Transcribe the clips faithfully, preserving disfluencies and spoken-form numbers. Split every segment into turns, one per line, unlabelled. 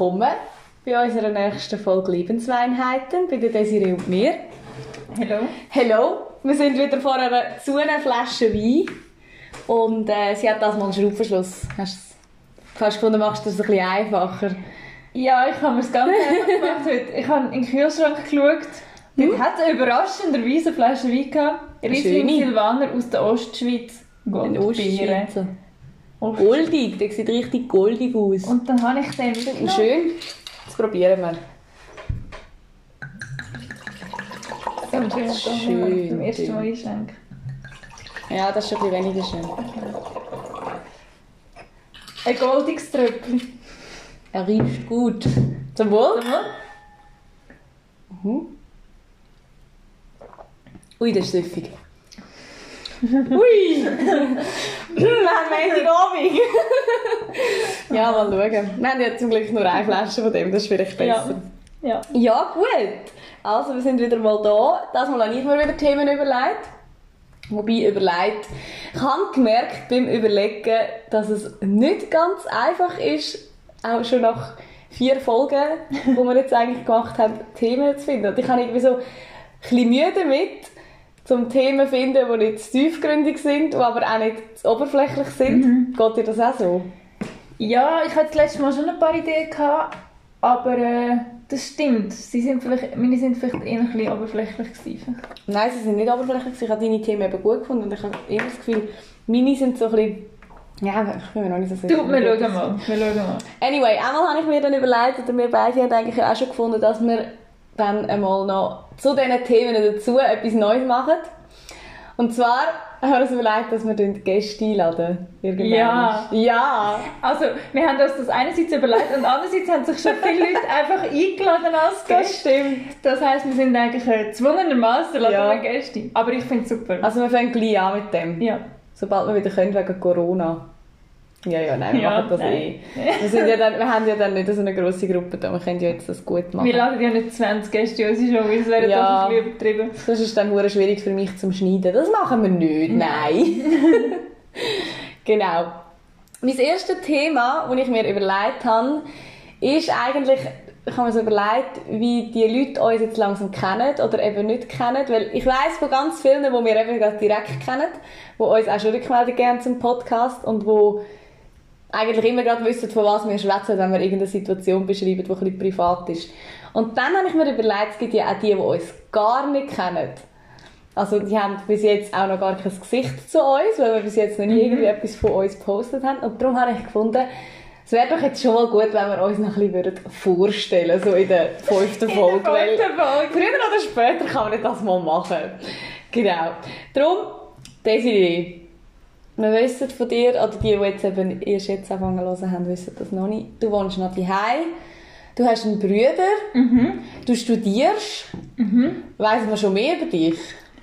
willkommen bei unserer nächsten Folge Lebensweinheiten bei der Desiree und mir.
Hallo.
Hallo. Wir sind wieder vor einer zu einer Flasche Wein und äh, sie hat das mal einen Schraubverschluss. Hast du gefunden, machst du das ein bisschen einfacher?
Ja, ich habe mir das ganz einfach gemacht heute. Ich habe in den Kühlschrank geschaut. Dort hm? hat es überraschenderweise eine Flasche Wein gehabt. Riesling Silvaner aus der Ostschweiz.
Goldbeere. Goldig, der sieht richtig goldig aus.
Und dann habe ich den wieder genommen.
Schön. Jetzt probieren wir.
So schön.
Schön.
Zum ersten Mal einschenken.
Ja, das ist schon ein bisschen weniger schön.
Ein goldiges Tröpfchen.
Er riecht gut. Zum Wohl?
Zum Wohl.
Mhm. Ui, das ist süffig. Ui! Wir haben Montagabend. Ja, mal schauen. Wir haben ja zum Glück nur eine Flasche von dem, das ist vielleicht besser.
Ja. Ja.
Ja, gut. Also, wir sind wieder mal da. Das Mal habe ich mir wieder Themen überlegt. Wobei, überlegt. Ich habe gemerkt beim Überlegen, dass es nicht ganz einfach ist, auch schon nach vier Folgen, die wir jetzt eigentlich gemacht haben, Themen zu finden. Und ich habe irgendwie so ein bisschen Mühe damit, zum Themen zu finden, die nicht zu tiefgründig sind, die aber auch nicht zu oberflächlich sind. Mhm. Geht dir das auch so?
Ja, ich hatte das letzte Mal schon ein paar Ideen gehabt, aber äh, das stimmt. Sie sind vielleicht, meine sind vielleicht eher ein bisschen oberflächlich gewesen.
Nein, sie sind nicht oberflächlich. Ich habe deine Themen eben gut gefunden und ich habe immer das Gefühl, meine sind so ein bisschen... Ja, ich bin mir noch nicht so sicher.
Du, wir schauen mal. Wir schauen mal.
Anyway, einmal habe ich mir dann überlegt, oder wir beide haben eigentlich auch schon gefunden, dass wir dann einmal noch zu diesen Themen dazu etwas Neues machen. Und zwar haben wir uns überlegt, dass wir Gäste einladen. Irgendwann.
Ja.
Ja.
Also, wir haben uns das einerseits überlegt und andererseits haben sich schon viele Leute einfach eingeladen als Gäste.
Das stimmt.
Das heisst, wir sind eigentlich gezwungenermaßen laden
ja.
wir Gäste ein. Aber ich finde es super.
Also wir fangen gleich an mit dem.
Ja.
Sobald wir wieder können, wegen Corona. Ja, ja, nein, wir
ja,
machen das
nein.
eh. Wir, sind ja dann, wir haben ja dann nicht so eine grosse Gruppe da, wir können ja jetzt das gut machen.
Wir laden ja nicht zwanzig Gäste in unsere Show, weil es wäre
ja,
doch ein bisschen übertrieben.
Das ist dann sehr schwierig für mich zum Schneiden. Das machen wir nicht, nein. Genau. Mein erstes Thema, das ich mir überlegt habe, ist eigentlich, ich habe mir so überlegt, wie die Leute uns jetzt langsam kennen oder eben nicht kennen, weil ich weiss von ganz vielen, die wir eben gerade direkt kennen, die uns auch schon Rückmeldung geben zum Podcast und die eigentlich immer gerade wissen, von was wir schwätzen, wenn wir irgendeine Situation beschreiben, die ein bisschen privat ist. Und dann habe ich mir überlegt, es gibt ja auch die, die uns gar nicht kennen. Also die haben bis jetzt auch noch gar kein Gesicht zu uns, weil wir bis jetzt noch nie mhm. irgendwie etwas von uns gepostet haben. Und darum habe ich gefunden, es wäre doch jetzt schon mal gut, wenn wir uns noch ein bisschen vorstellen würden, so in der fünften Folge.
In der fünften Folge.
Früher oder später kann man das mal machen. Genau. Darum, Desiree, wir wissen von dir, oder die, die jetzt eben erst jetzt angefangen zu hören haben, wissen das noch nicht. Du wohnst noch zu Hause, du hast einen Bruder,
mhm.
du studierst.
Mhm.
Weiss man schon mehr über dich?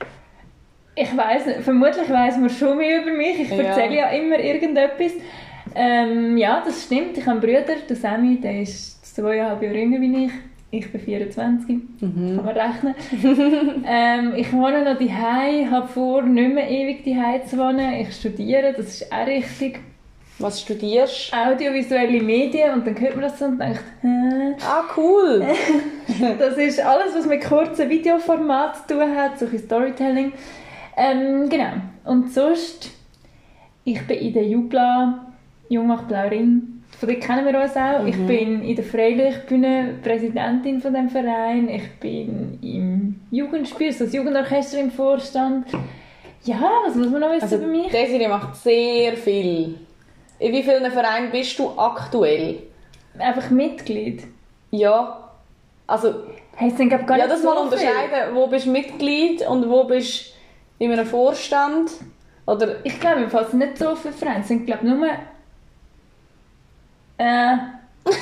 Ich weiss nicht, vermutlich weiss man schon mehr über mich. Ich erzähle ja, ja immer irgendetwas. Ähm, ja, das stimmt. Ich habe einen Bruder, der Sammy, der ist zweieinhalb Jahre jünger als ich. Ich bin vierundzwanzig, mhm. kann man rechnen. ähm, ich wohne noch zu Hause, habe vor, nicht mehr ewig zu Hause zu wohnen. Ich studiere, das ist auch richtig.
Was studierst du?
Audiovisuelle Medien. Und dann hört man das so und denkt, hä?
Ah, cool!
Das ist alles, was mit kurzen Videoformaten zu tun hat, solche Storytelling. Ähm, genau. Und sonst, ich bin in der Jubla, Jungmacht Blauring. Von dort kennen wir uns auch. Mhm. Ich bin in der Freilichtbühne Präsidentin von diesem Verein. Ich bin im Jugendspiel, also das Jugendorchester im Vorstand. Ja, was muss man noch wissen
also,
über mich?
Desiree macht sehr viel. In wie vielen Vereinen bist du aktuell?
Einfach Mitglied?
Ja. Also,
hey, sind, glaub, gar
ja,
nicht
das
so
mal unterscheiden. Wo bist du Mitglied und wo bist du in einem Vorstand? Oder
ich glaube, wir fassen nicht so viele Vereine. Es sind, glaube ich, nur... Äh... Der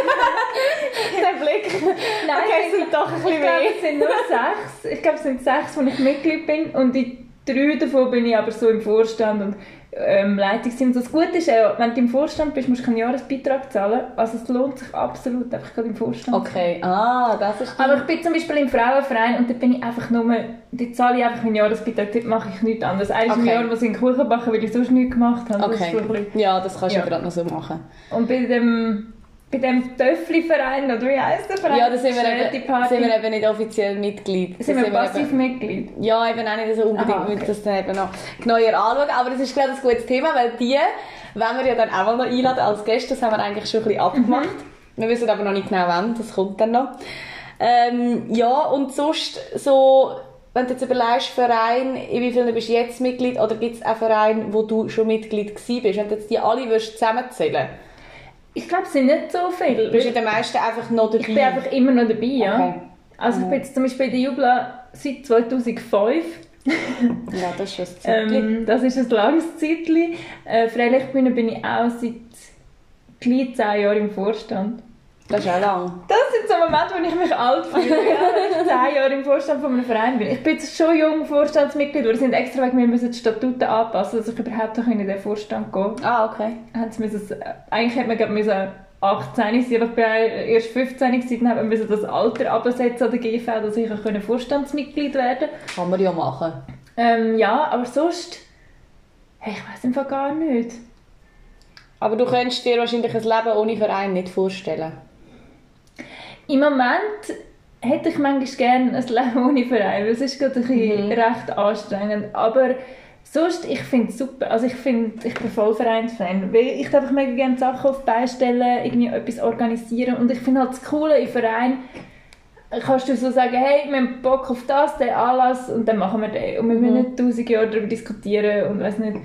Blick.
Nein,
okay, es sind doch ein bisschen
ich glaube, es sind nur sechs. Ich glaube, es sind sechs, wo ich Mitglied bin. Und in drei davon bin ich aber so im Vorstand und ähm, Leitungsteam. Das Gute ist, äh, wenn du im Vorstand bist, musst du keinen Jahresbeitrag zahlen. Also es lohnt sich absolut, einfach gerade im Vorstand.
Okay, ah, das ist...
Aber ich bin zum Beispiel im Frauenverein und da bin ich einfach nur... Dort zahle ich einfach meinen Jahresbeitrag, dort mache ich nichts anderes. Einmal okay. im Jahr muss ich einen Kuchen backen, weil ich sonst nichts gemacht habe.
Okay,
das
ja, das kannst du
ja.
gerade noch so machen.
Und bei dem bei dem Töffli-Verein, oder wie heisst der Verein?
Ja, da sind wir, eben, sind wir eben nicht offiziell Mitglied.
Da sind wir Passivmitglied?
Ja, eben auch nicht so unbedingt.
Aha, okay.
Wir das dann eben noch genauer anschauen. Aber das ist gerade ein gutes Thema, weil die wollen wir ja dann auch mal noch einladen als Gäste. Das haben wir eigentlich schon ein bisschen abgemacht. Mhm. Wir wissen aber noch nicht genau wann, das kommt dann noch. Ähm, ja, und sonst so, wenn du jetzt überlegst, Verein, in wie vielen bist du jetzt Mitglied, oder gibt es auch Vereine, wo du schon Mitglied gewesen bist? Wenn du jetzt die alle würdest zusammenzählen,
ich glaube, es sind nicht so viele.
Bist du in den meisten einfach noch dabei?
Ich bin einfach immer noch dabei, ja. Okay. Also
mhm.
ich bin jetzt zum Beispiel in der Jubla seit zweitausendfünf.
Ja, das ist schon ein Zeitchen.
ähm, das ist ein langes Zeitchen. Äh, Freilichtbühne bin ich auch seit gleich zehn Jahren im Vorstand.
Das ist auch lang.
Das sind so Momente, wo ich mich alt fühle, ja, wenn ich zehn Jahre im Vorstand von einem Verein bin. Ich bin jetzt schon jung Vorstandsmitglied, aber wir sind extra wegen mir müssen die Statuten anpassen, dass ich überhaupt in den Vorstand gehen konnte.
Ah, okay.
Eigentlich hätte man gerade achtzehn sein, aber ich war erst fünfzehn gewesen, dann musste man das Alter absetzen an der G V, dass ich auch Vorstandsmitglied werden konnte.
Kann man ja machen.
Ähm, ja, aber sonst, hey, ich weiss einfach gar nicht.
Aber du könntest dir wahrscheinlich ein Leben ohne Verein nicht vorstellen.
Im Moment hätte ich manchmal gerne ein Leben ohne Verein, weil es ist gerade ein bisschen mhm. recht anstrengend. Aber sonst, ich finde es super. Also ich, find, ich bin voll Vereinsfan. Weil ich darf mega gerne Sachen auf die Beine stellen, irgendwie etwas organisieren. Und ich finde halt das Coole im Verein, kannst du so sagen, hey, wir haben Bock auf das, den Anlass, und dann machen wir den. Und wir mhm. müssen nicht tausend Jahre darüber diskutieren und weiss nicht.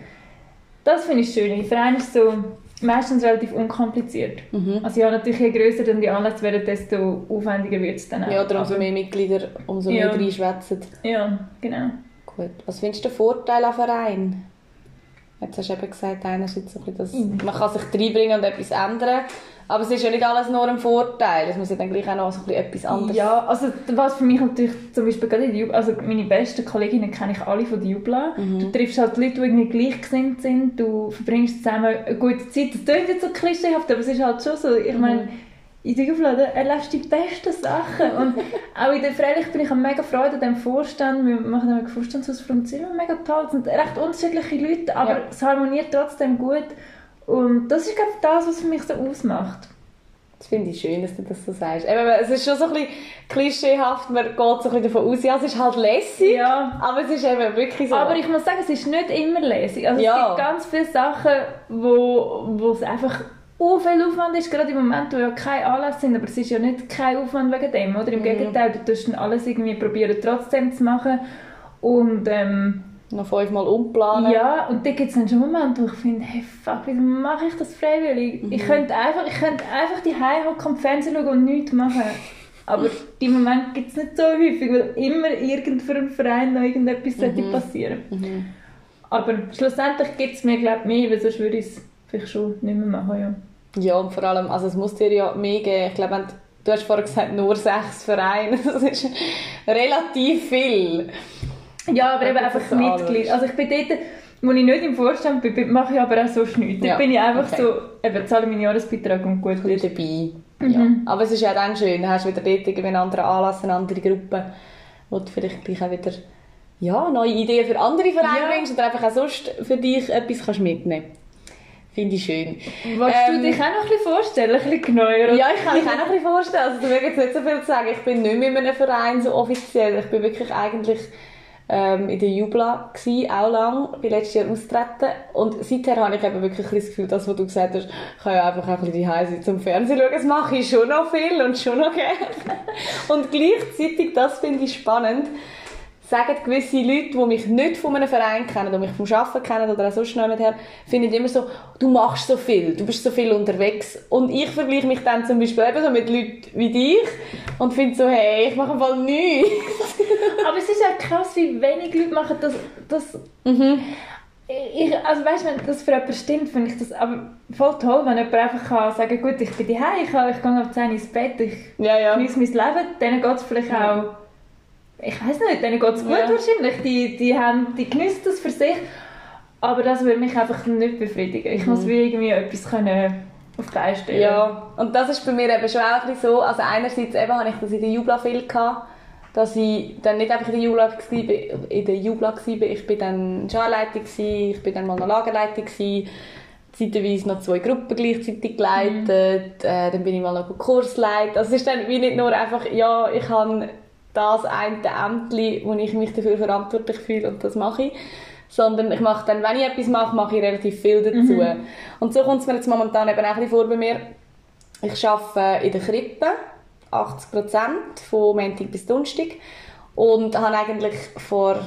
Das finde ich schön. Im Verein ist so meistens relativ unkompliziert. Mhm. Also ja, natürlich, je grösser dann die Anlässe werden, desto aufwendiger wird es dann auch.
Ja, oder umso mehr Mitglieder, umso
ja.
mehr reinschwätzen.
Ja, genau.
Gut. Was findest du den Vorteil am Verein? Jetzt hast du eben gesagt, einerseits so ein bisschen, dass man kann sich reinbringen und etwas ändern. Aber es ist ja nicht alles nur ein Vorteil. Es muss ja dann gleich auch noch so ein bisschen etwas anderes.
Ja, also was für mich natürlich zum Beispiel gerade in der Jubla, also meine besten Kolleginnen kenne ich alle von der Jubla. Mhm. Du triffst halt Leute, die irgendwie gleichgesinnt sind. Du verbringst zusammen eine gute Zeit. Das klingt jetzt so klischeehaft, aber es ist halt schon so. Ich mhm. meine, in der Jubla erlebst du die besten Sachen. Und auch in der Freilich bin ich mega Freude an diesem Vorstand. Wir machen einen Vorstandshausfrau. Es ist immer mega toll. Es sind recht unterschiedliche Leute, aber ja. es harmoniert trotzdem gut. Und das ist, glaube ich, das, was für mich so ausmacht.
Das finde ich schön, dass du das so sagst. Eben, es ist schon so ein bisschen klischeehaft, man geht so ein bisschen davon aus, ja, es ist halt lässig,
ja.
aber es ist eben wirklich so.
Aber ich muss sagen, es ist nicht immer lässig. Also
ja.
es gibt ganz viele Sachen, wo, wo es einfach so viel Aufwand ist, gerade im Moment, wo ja keine Anlässe sind, aber es ist ja nicht kein Aufwand wegen dem, oder? Im mhm. Gegenteil, du tust dann alles irgendwie probieren, trotzdem zu machen und ähm,
noch fünfmal umplanen.
Ja, und da gibt es dann schon Momente, wo ich finde, hey fuck, wieso mache ich das freiwillig? Mhm. Ich könnte einfach, ich könnte einfach die Heim hocken und Fernsehen schauen und nichts machen. Aber die Momente gibt es nicht so häufig, weil immer irgend für einen Verein noch irgendetwas mhm. passieren sollte. Mhm. Aber schlussendlich gibt es mir, glaube ich, mehr, weil sonst würde ich es vielleicht schon nicht mehr machen. Ja,
ja, und vor allem, also es muss dir ja mehr geben. Ich glaube, wenn du hast vorhin gesagt, nur sechs Vereine, das ist relativ viel.
Ja, aber eben einfach Mitglied. Also ich bin dort, wo ich nicht im Vorstand bin, mache ich aber auch sonst nichts.
Ja.
Da bin ich einfach
okay.
so, eben zahle meinen Jahresbeitrag und gut
ist. dabei.
Mhm.
Ja. Aber es ist ja dann schön, dann hast du wieder dort irgendwie einen anderen Anlass, eine andere Gruppe, wo du vielleicht gleich auch wieder ja, neue Ideen für andere Vereine ja. bringst oder einfach auch sonst für dich etwas kannst mitnehmen. Finde ich schön.
Willst ähm, du dich auch noch ein bisschen vorstellen, ein bisschen genauer?
Ja, ich kann mich auch noch ein bisschen vorstellen. Also du willst jetzt nicht so viel sagen. Ich bin nicht mehr in einem Verein so offiziell. Ich bin wirklich eigentlich ähm, in der Jubla gsi, auch lang, bin letztes Jahr austreten und seither habe ich eben wirklich das Gefühl, das, was du gesagt hast, ich kann ja einfach ein bisschen die Hause zum Fernsehen schauen, das mache ich schon noch viel und schon noch gerne. Und gleichzeitig, das finde ich spannend, sagen gewisse Leute, die mich nicht von einem Verein kennen, die mich vom Arbeiten kennen oder auch sonst noch her, finden immer so, du machst so viel, du bist so viel unterwegs. Und ich vergleiche mich dann zum Beispiel eben so mit Leuten wie dich und finde so, hey, ich mache im Fall nichts.
Aber es ist ja krass, wie wenig Leute machen das. das
mhm.
ich, also weißt, wenn das für jemanden stimmt, finde ich das aber voll toll, wenn jemand einfach kann sagen, gut, ich bin daheim, ich, ich gehe um zehn Uhr ins Bett, ich
ja, ja.
genieße mein Leben, denen geht es vielleicht ja. auch, ich weiß nicht, denen geht es gut ja. wahrscheinlich, die, die, haben, die genießen das für sich, aber das würde mich einfach nicht befriedigen. Ich mhm. muss wie irgendwie etwas können auf die Beine stellen.
Ja, und das ist bei mir eben schon auch ein bisschen so, also einerseits eben habe ich das in der Jubla viel gehabt, dass ich dann nicht einfach in der Jubla war, in der Jubla war, ich bin dann Scharleitung, ich bin dann mal noch Lagerleitung, zeitweise noch zwei Gruppen gleichzeitig geleitet, mhm. äh, dann bin ich mal noch Kurs leiten. Also es ist dann wie nicht nur einfach, ja, ich habe das eine Ämtli, wo ich mich dafür verantwortlich fühle und das mache ich, sondern ich mache dann, wenn ich etwas mache, mache ich relativ viel dazu. Mhm. Und so kommt es mir jetzt momentan eben auch ein bisschen vor bei mir. Ich arbeite in der Krippe, achtzig Prozent von Montag bis Donnerstag, und habe eigentlich vor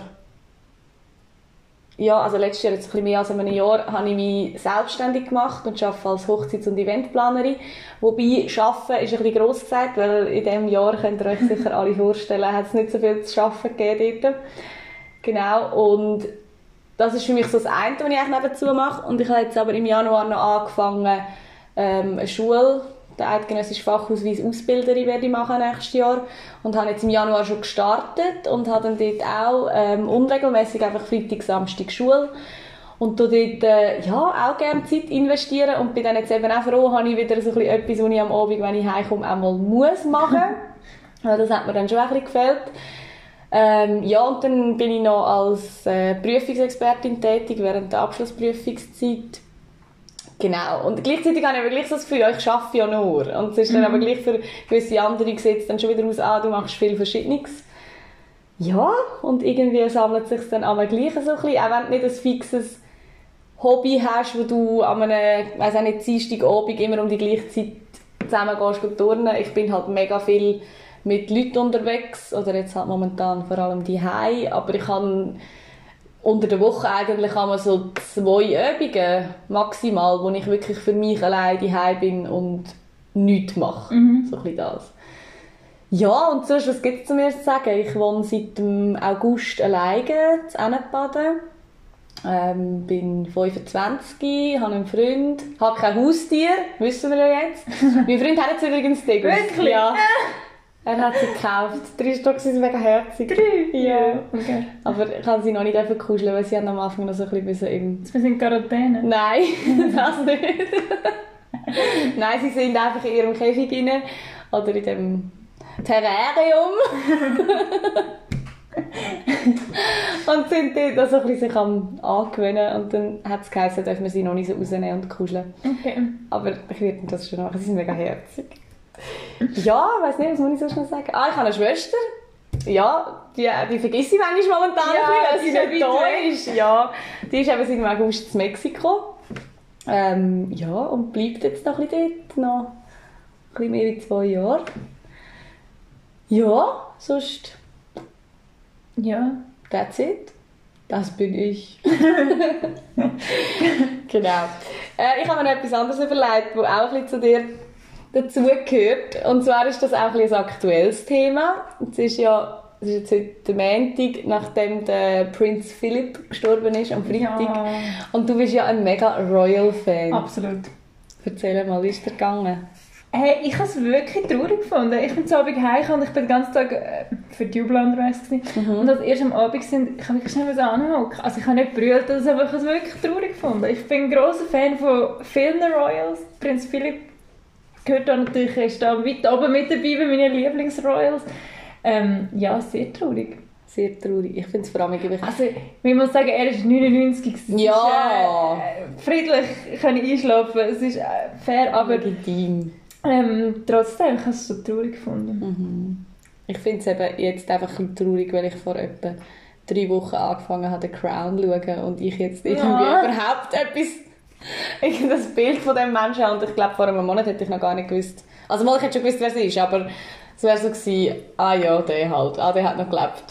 ja, also letztes Jahr, jetzt ein bisschen mehr als einem Jahr, habe ich mich selbstständig gemacht und arbeite als Hochzeits- und Eventplanerin. Wobei, arbeiten ist ein bisschen gross gesagt, weil in diesem Jahr, könnt ihr euch sicher alle vorstellen, hat es nicht so viel zu arbeiten gegeben dort. Genau, und das ist für mich so das eine, was ich eigentlich nebenzu mache. Und ich habe jetzt aber im Januar noch angefangen, ähm, eine Schule, den eidgenössischen Fachausweis Ausbilderin werde ich machen nächstes Jahr, und habe jetzt im Januar schon gestartet und habe dann dort auch ähm, unregelmäßig einfach Freitag, Samstag Schule und dort äh, ja, auch gerne Zeit investieren, und bin dann jetzt eben auch froh, habe ich wieder so ein bisschen etwas, was ich am Abend, wenn ich heimkomme, auch mal muss machen. Das hat mir dann schon ein bisschen gefällt. Ähm, ja, und dann bin ich noch als äh, Prüfungsexpertin tätig während der Abschlussprüfungszeit. Genau. Und gleichzeitig habe ich aber gleich so das Gefühl, ja, ich arbeite ja nur. Und es ist dann mhm. aber gleich für gewisse andere Gesetze dann schon wieder aus, ah, du machst viel Verschiedenes. Ja, und irgendwie sammelt es sich dann aber gleich so ein bisschen, auch wenn du nicht ein fixes Hobby hast, wo du an einem, weiss auch nicht, Dienstagabend immer um die gleiche Zeit zusammen gehst und turnen. Ich bin halt mega viel mit Leuten unterwegs, oder jetzt halt momentan vor allem die Hause, aber ich habe unter der Woche eigentlich haben wir so zwei Übungen maximal, wo ich wirklich für mich allein daheim bin und nichts mache. Mhm. So ein bisschen das. Ja, und sonst, was gibt es zu mir zu sagen? Ich wohne seit dem August alleine zu Ennebaden. Ähm, bin fünfundzwanzig, habe einen Freund, habe kein Haustier, wissen wir ja jetzt. Mein Freund hat jetzt übrigens den.
Wirklich?
Ja. Er hat sie gekauft. Drei Stück sind mega herzig.
Drei?
Ja.
Okay.
Aber ich kann sie noch nicht kuscheln, weil sie haben am Anfang noch so ein bisschen im...
Wir sind in Quarantäne?
Nein, das nicht. Nein, sie sind einfach in ihrem Käfig rein. Oder in dem Terrarium. Und sind dort also ein bisschen sich am Angewöhnen. Und dann hat es geheißen, dürfen wir sie noch nicht so rausnehmen und kuscheln.
Okay.
Aber ich werde das schon machen. Sie sind mega herzig. Ja, ich weiss nicht, was muss ich sonst noch sagen? Ah, ich habe eine Schwester. Ja, die, die vergesse ich manchmal momentan
ja,
ein
weil
sie nicht da ist. Ja, die ist eben seit August in Mexiko. Ähm, ja, und bleibt jetzt noch ein bisschen dort. Noch ein bisschen mehr als zwei Jahre. Ja, sonst...
Ja.
That's it. Das bin ich. Genau. Äh, ich habe mir noch etwas anderes überlegt, das auch ein bisschen zu dir dazugehört. Und zwar ist das auch ein, ein aktuelles Thema. Es ist ja es ist jetzt heute der Montag, nachdem der Prinz Philipp gestorben ist, am Freitag. Ja. Und du bist ja ein mega Royal-Fan.
Absolut.
Erzähl mal, wie ist der gegangen?
Hey, ich habe es wirklich traurig gefunden. Ich bin zu Abend heimgekommen und ich bin den ganzen Tag äh, für die Jubel unterwegs gewesen. Mhm. Und als erst am Abend sind, ich habe wirklich schnell anhocken. Also ich habe nicht brüllt, also ich habe es wirklich traurig gefunden. Ich bin ein grosser Fan von vielen Royals. Prinz Philipp gehört da natürlich, ist da weit oben mit dabei bei meinen Lieblings-Royals. Ähm, ja, sehr traurig.
Sehr traurig. Ich finde es vor allem irgendwie...
Also, ich muss sagen, er ist neunundneunzig.
Ja!
Ist, äh, friedlich kann ich einschlafen. Es ist äh, fair, aber...
Legitim.
Ähm, trotzdem, ich habe es so traurig gefunden.
Mhm. Ich finde es eben jetzt einfach ein bisschen traurig, weil ich vor etwa drei Wochen angefangen habe, The Crown zu schauen und ich jetzt irgendwie ja. überhaupt etwas... das Bild von diesem Menschen habe. Und ich glaube, vor einem Monat hätte ich noch gar nicht gewusst... Also mal, ich hätte schon gewusst, wer es ist, aber... Es wäre so gewesen, ah ja, der halt, ah, der hat noch gelebt.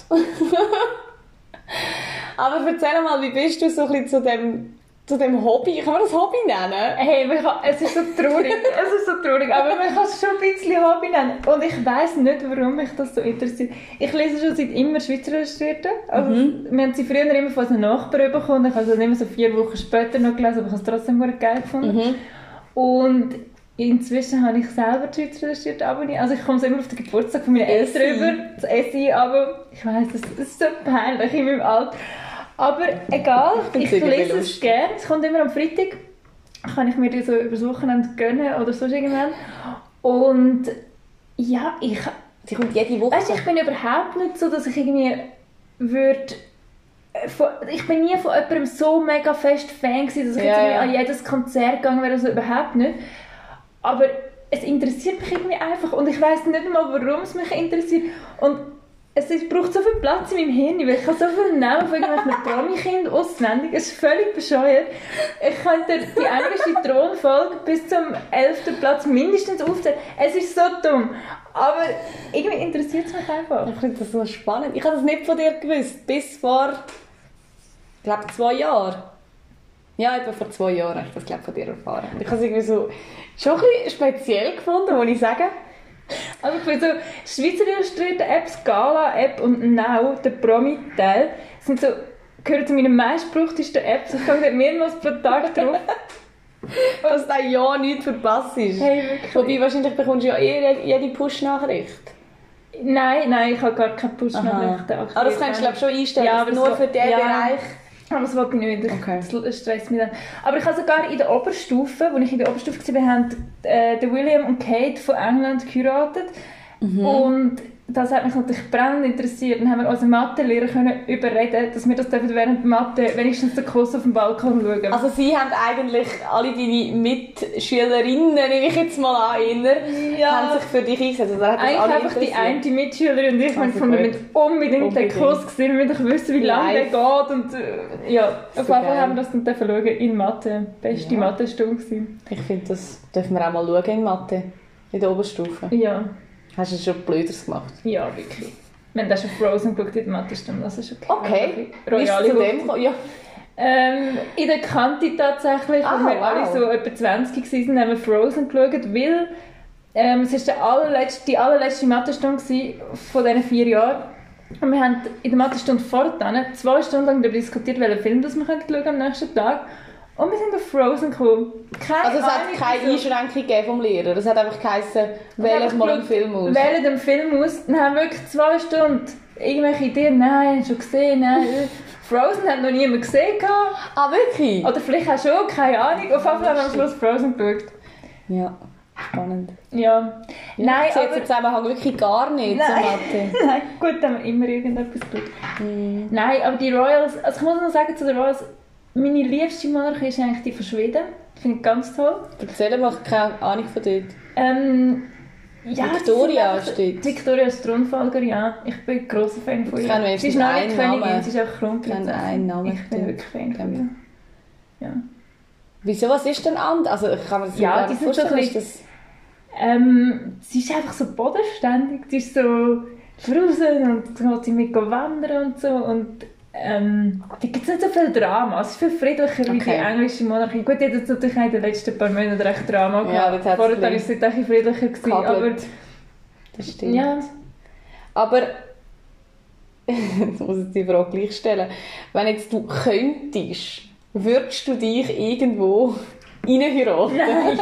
Aber erzähl mal, wie bist du so ein bisschen zu dem, zu dem Hobby, kann man das Hobby nennen?
Hey, man kann, es ist so traurig, es ist so traurig, aber man kann es schon ein bisschen Hobby nennen. Und ich weiss nicht, warum mich das so interessiert. Ich lese schon seit immer Schweizer Illustrierte. Also, mhm. Wir haben sie früher immer von unseren Nachbarn bekommen, ich habe es immer so vier Wochen später noch gelesen, aber ich habe es trotzdem gut geil gefunden. Mhm. Und inzwischen habe ich selber die Schweizer Illustrierte abonniert. Also ich komme so immer auf den Geburtstag von meinen Eltern über, das Essi, aber ich weiss, das ist so peinlich in meinem Alter. Aber egal, ich, ich lese es gerne. Es kommt immer am Freitag. Kann ich mir die so über das Wochenende gönnen oder so irgendwann. Und ja, ich...
Sie kommt jede Woche.
Weißt, ich bin überhaupt nicht so, dass ich irgendwie würde von, ich bin nie von jemandem so mega fest Fan gewesen, dass ich
Ja,
jetzt
ja.
an jedes Konzert gegangen wäre, also überhaupt nicht. Aber es interessiert mich irgendwie einfach und ich weiss nicht mal, warum es mich interessiert. Und es ist, braucht so viel Platz in meinem Hirn, weil ich habe so viele Namen von irgendwelchen Promi-Kindern auswendig. Es ist völlig bescheuert. Ich könnte die englische Thronfolge bis zum elften Platz mindestens aufzählen. Es ist so dumm. Aber irgendwie interessiert es mich einfach.
Ich finde das so spannend. Ich habe das nicht von dir gewusst, bis vor, ich glaube, zwei Jahren. Ja, etwa vor zwei Jahren habe ich das, glaube ich, von dir erfahren. Und ich habe es irgendwie so schon ein bisschen speziell gefunden, muss ich sagen.
Also ich finde so, Schweizer Illustrator-Apps, Gala-App und Now, der Promi-Teil, sind so, gehören zu meinen meistgebrauchtesten Apps. Ich gehe dort mehrmals pro Tag drauf.
Dass du ein Jahr nichts verpasst ist.
Hey, wirklich.
Wobei, wahrscheinlich bekommst du ja eh jede Push-Nachricht.
Nein, nein, ich habe gar keine Push-Nachrichten aktiviert.
Aber das kannst du, glaube ich, schon einstellen,
Ja,
dass
aber
nur
so-
für diesen
ja.
Bereich.
Aber das wollte ich nicht. Ich-
Okay.
Das stresst mich dann. Aber ich habe sogar in der Oberstufe, als ich in der Oberstufe war, haben äh, der William und Kate von England geheiratet.
Mhm.
Und das hat mich natürlich brennend interessiert. Dann haben wir unseren Mathelehrer können überreden, dass wir das dürfen während der Mathe wenigstens den Kurs auf dem Balkon schauen.
Also sie haben eigentlich alle deine Mitschülerinnen, nehme ich jetzt mal an, inner,
Ja.
haben sich für dich eingesetzt. Also, hat das
Eigentlich
alle
einfach die
interessiert?
eine Mitschülerin und ich
Also
haben gefunden, wir
gut.
müssen unbedingt,
Unbedingt.
den Kurs gesehen, wir müssen wissen, wie lange der
Live.
geht. Und, äh, ja, auf jeden Fall
geil.
haben wir das dann dürfen schauen in Mathe. Beste
Ja.
Mathe-Stunde gewesen.
Ich finde, das dürfen wir auch mal schauen in Mathe, in der Oberstufe.
Ja.
Hast du schon Blöderes gemacht?
Ja, wirklich. Wir haben auch schon Frozen geschaut in der Mathe-Stunde, das ist okay.
Okay, wie ist es
Royale
zu dem
Hochzeit.
gekommen? Ja.
Ähm, in der Kante tatsächlich,
Ah,
als wir
wow.
alle so etwa zwanzig waren, haben wir Frozen geschaut, weil ähm, es war der allerletzte, die allerletzte Mathestunde gewesen von diesen vier Jahren. Und wir haben in der Mathestunde fortan zwei Stunden lang darüber diskutiert, welchen Film das wir schauen könnten am nächsten Tag. Und wir sind auf Frozen gekommen. Keine
Also es hat
Ahnung,
keine
wieso.
Einschränkung gegeben vom Lehrer. Es hat einfach geheißen, wähle
einfach
mal einen
geschaut,
Film aus.
Wähle den Film aus. Dann haben wir wirklich zwei Stunden irgendwelche Ideen. Nein, schon gesehen. Nein. Frozen hat noch niemand gesehen. gehabt.
Ah, wirklich?
Oder vielleicht auch schon, keine Ahnung. Auf jeden Fall haben wir am Schluss Frozen geschaut.
Ja, spannend.
Ja.
Ja,
Nein,
ich sehe jetzt
aber...
den Zusammenhang wirklich gar nicht zur
Nein.
Mathe.
Nein, gut, dann haben wir immer irgendetwas geschaut.
Hm.
Nein, aber die Royals... Also ich muss noch sagen zu den Royals, meine liebste Monarchie ist eigentlich die von Schweden. Finde ich ganz toll.
Erzähl mal, ich habe keine Ahnung von dort.
Ähm... Ja,
Victoria
sie sind
steht.
einfach- Victoria ist Thronfolger, ja. Ich bin ein grosser Fan von
Ich
ihr.
kenne
Sie
wenigstens
ist noch nicht
einen
Königin,
Namen.
sie ist auch
Ich
Kronprinzessin.
kenne einen Namen.
Ich bin wirklich Fan von ihr. Ja.
Wieso, was ist denn anders? Also ich kann mir das
Ja,
gar
die
nicht
sind so
vorstellen.
ein
Ist das...
Ähm, sie ist einfach so bodenständig, sie ist so draußen und dann geht sie mit wandern und so und ähm, da gibt es nicht so viel Drama, es ist viel friedlicher wie die
Okay.
englische Monarchie. Gut, die hat jetzt natürlich auch in den letzten paar Monaten recht Drama
Ja,
gehabt,
das hat's
vorher
ein
war es nicht ein friedlicher gewesen, aber
Gehackelt. Das stimmt.
ja,
Aber, jetzt muss ich die Frage gleich stellen, wenn jetzt du könntest, würdest du dich irgendwo reinheiraten?
nein,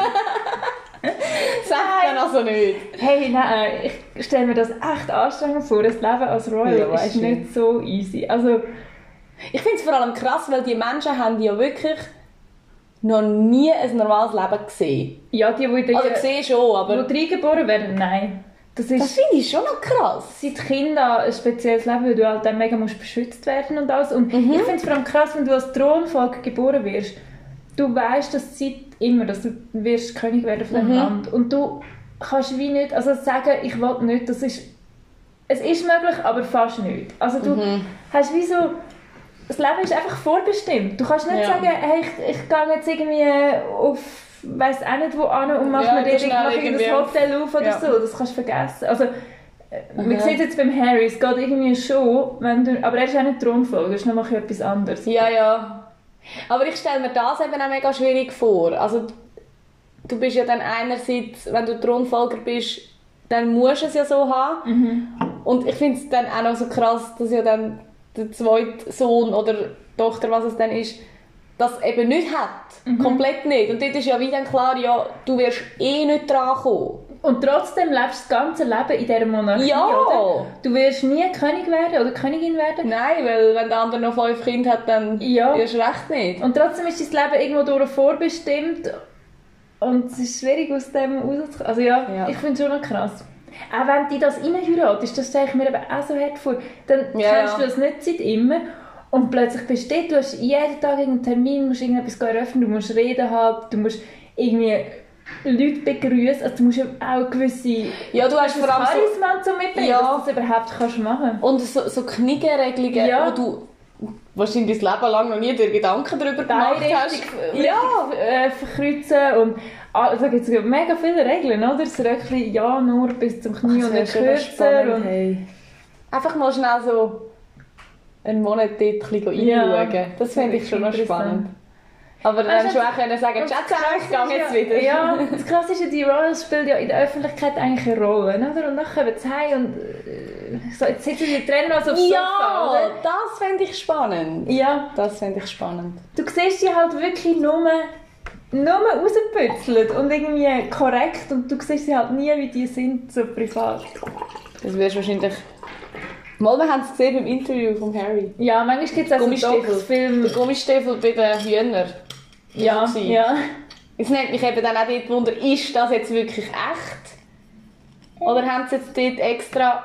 Sag dann also nicht.
hey, nein, ich stelle mir das echt anstrengend vor, das Leben als Royal
Ja,
ist
weißt du.
nicht so easy, also
Ich finde es vor allem krass, weil die Menschen haben ja wirklich noch nie ein normales Leben gesehen.
ja, die, die in der
Also gesehen schon, aber
Wo reingeboren werden, nein. Das ist
das finde ich schon noch krass.
seit Kinder ein spezielles Leben, weil du halt dann mega musst beschützt werden und alles. Und
Mhm.
ich finde es vor allem krass, wenn du als Thronfolger geboren wirst. Du weißt das seit immer, dass du wirst König werden von diesem
Mhm.
Land. Und du kannst wie nicht, also sagen, ich will nicht, das ist, es ist möglich, aber fast nicht. Also du
Mhm.
hast wie so, das Leben ist einfach vorbestimmt. Du kannst nicht
Ja.
sagen, hey, ich, ich gehe jetzt irgendwie auf, weiss auch nicht wo an und mache
Ja,
mir
geh
dir
schnell
mach
irgendwie
irgendein
auf-
Hotel auf oder
Ja.
so. Das kannst du vergessen. Also, äh, man
Aha.
sieht jetzt beim Harry, es geht irgendwie schon, wenn du, aber er ist auch nicht Thronfolger, das ist noch etwas anderes.
Ja, ja. Aber ich stelle mir das eben auch mega schwierig vor. Also, du bist ja dann einerseits, wenn du Thronfolger bist, dann musst du es ja so haben.
Mhm.
Und ich finde es dann auch noch so krass, dass ja dann der zweite Sohn oder Tochter, was es dann ist, das eben nicht hat.
Mhm.
Komplett nicht. Und dort ist ja wie dann klar, ja, du wirst eh nicht dran kommen.
Und trotzdem lebst du das ganze Leben in dieser Monarchie,
Ja.
oder? Du wirst nie König werden oder Königin werden.
Nein, weil wenn der andere noch fünf Kinder hat, dann
Ja.
erst recht nicht.
Und trotzdem ist dein Leben irgendwo durch vorbestimmt. Und es ist schwierig, aus dem rauszukommen. Also ja,
Ja.
ich finde es schon noch krass. Auch wenn du das reinheiratest, das stelle ich mir eben auch so hart vor, dann
Ja,
kennst
ja.
du das nicht seit immer. Und plötzlich bist du dort, du hast jeden Tag einen Termin, musst irgendetwas eröffnen, du musst Reden haben, du musst irgendwie Leute begrüßen, also du musst auch eine gewisse
ja, du hast vor allem
Charisma so, mitbringen,
ja.
dass du das überhaupt kannst machen.
Und so, so Kniegeregelungen,
Ja.
wo du wahrscheinlich dein Leben lang noch nie dir Gedanken darüber gemacht hast.
Ja, äh, verkreuzen und also gibt es mega viele Regeln, oder? Das Röckchen ja nur bis zum Knie
Ach,
und
das
nicht
wäre schon
kürzer.
spannend,
Und
hey. Einfach mal schnell so einen Monat dort ein bisschen
Ja,
reinschauen. Das fände ich schon noch
interessant.
spannend. Aber dann
Weißt du,
schon auch können sagen,
und das
Schatz, ich
Krasse
gehe
ist
jetzt wieder.
Ja, das Krasse ist ja, die Royals spielen ja in der Öffentlichkeit eigentlich eine Rolle, oder? Und dann kommen sie heim und äh, so, jetzt sitzen die Trainer also aufs Sofa,
Ja,
oder?
das fände ich spannend.
Ja,
Das fände ich spannend.
du siehst die halt wirklich nur, nur rausgepützelt und irgendwie korrekt und du siehst sie halt nie, wie die sind, so privat.
Das wärst wahrscheinlich... Mal, wir haben es gesehen im Interview von Harry.
Ja, manchmal gibt es auch so
Gummistiefel.
Docs-Filme.
Der Gummistiefel bei den Hühnern.
Ja,
war.
ja.
Es nimmt mich eben dann auch dort Wunder, ist das jetzt wirklich echt? Oder haben sie jetzt dort extra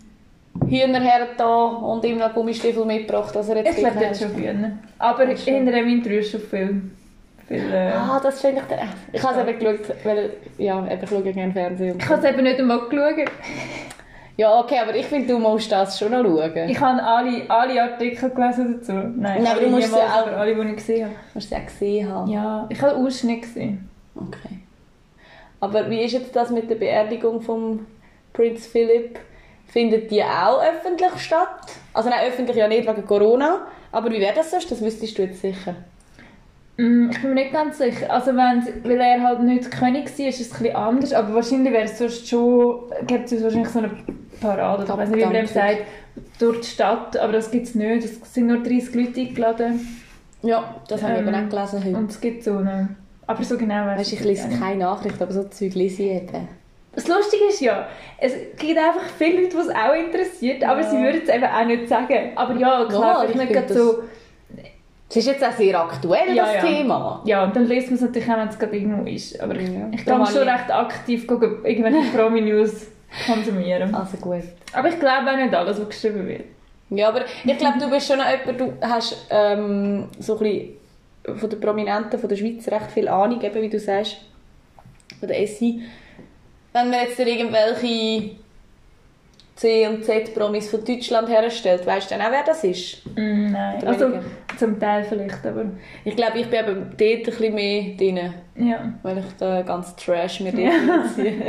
Hühner hergetan und ihm noch Gummistiefel mitgebracht, dass er jetzt
Ich glaube,
dort
das
ist?
schon Hühner. Aber
Ja, schon.
hinter dem Interview ist schon viel. viel äh,
Ah, das finde ich dann echt. Ich habe es eben geschaut, weil ja, eben, ich schaue gerne Fernsehen. und
ich
so.
habe es eben nicht einmal geschaut.
Ja, okay, aber ich finde, du musst das schon noch schauen.
Ich habe alle, alle Artikel gelesen dazu. Nein,
Nein,
alle
du musst sie
niemals,
auch-
aber alle, die ich gesehen habe.
Du musst es ja gesehen haben.
Ja, ich habe den Ausschnitt gesehen.
Okay. Aber wie ist jetzt das mit der Beerdigung von Prinz Philipp? Findet die auch öffentlich statt? Also nein, öffentlich ja nicht wegen Corona. Aber wie wäre das sonst? Das wüsstest du jetzt sicher.
Mm, Ich bin mir nicht ganz sicher. Also wenn, weil er halt nicht König war, ist es ein bisschen anders. Aber wahrscheinlich wäre es sonst schon, gibt es wahrscheinlich so eine Parade, ich weiß nicht, wie man dem sagt, durch die Stadt. Aber das gibt es nicht. Es sind nur dreißig Leute eingeladen.
Ja, das habe ich
Ähm,
eben auch gelesen heute.
Und es gibt so eine... Aber so genau weiss
Weißt, ich
es
lese
nicht.
keine Nachricht, aber so Zeug lese ich eben.
Das Lustige ist ja, es gibt einfach viele Leute, die es auch interessiert, aber
Ja.
sie würden es eben auch nicht sagen. Aber ja, klar,
Ja,
vielleicht
ich
nicht
find
gerade so...
Es ist jetzt auch sehr aktuell,
Ja,
das
ja.
Thema.
Ja, und dann liest man es natürlich auch, wenn es gerade irgendwo ist. Aber ich,
Ja.
ich
Da
kann
habe
schon
ich-
recht aktiv gucken, irgendwelche Promi-News konsumieren.
Also gut.
Aber ich glaube auch nicht alles, was geschrieben wird.
Ja, aber ich glaube, du bist schon noch jemand, du hast ähm, so ein bisschen von den Prominenten von der Schweiz recht viel Ahnung, eben wie du sagst, von der S I. Wenn man jetzt irgendwelche C- und Z-Promis von Deutschland herstellt, weißt du dann auch, wer das ist?
Mm, nein,
Oder
also
weniger?
zum Teil vielleicht, aber
Ich glaube, ich bin eben dort ein bisschen mehr drin,
ja.
weil ich den ganzen Trash mir dort
Ja.
reinziehe.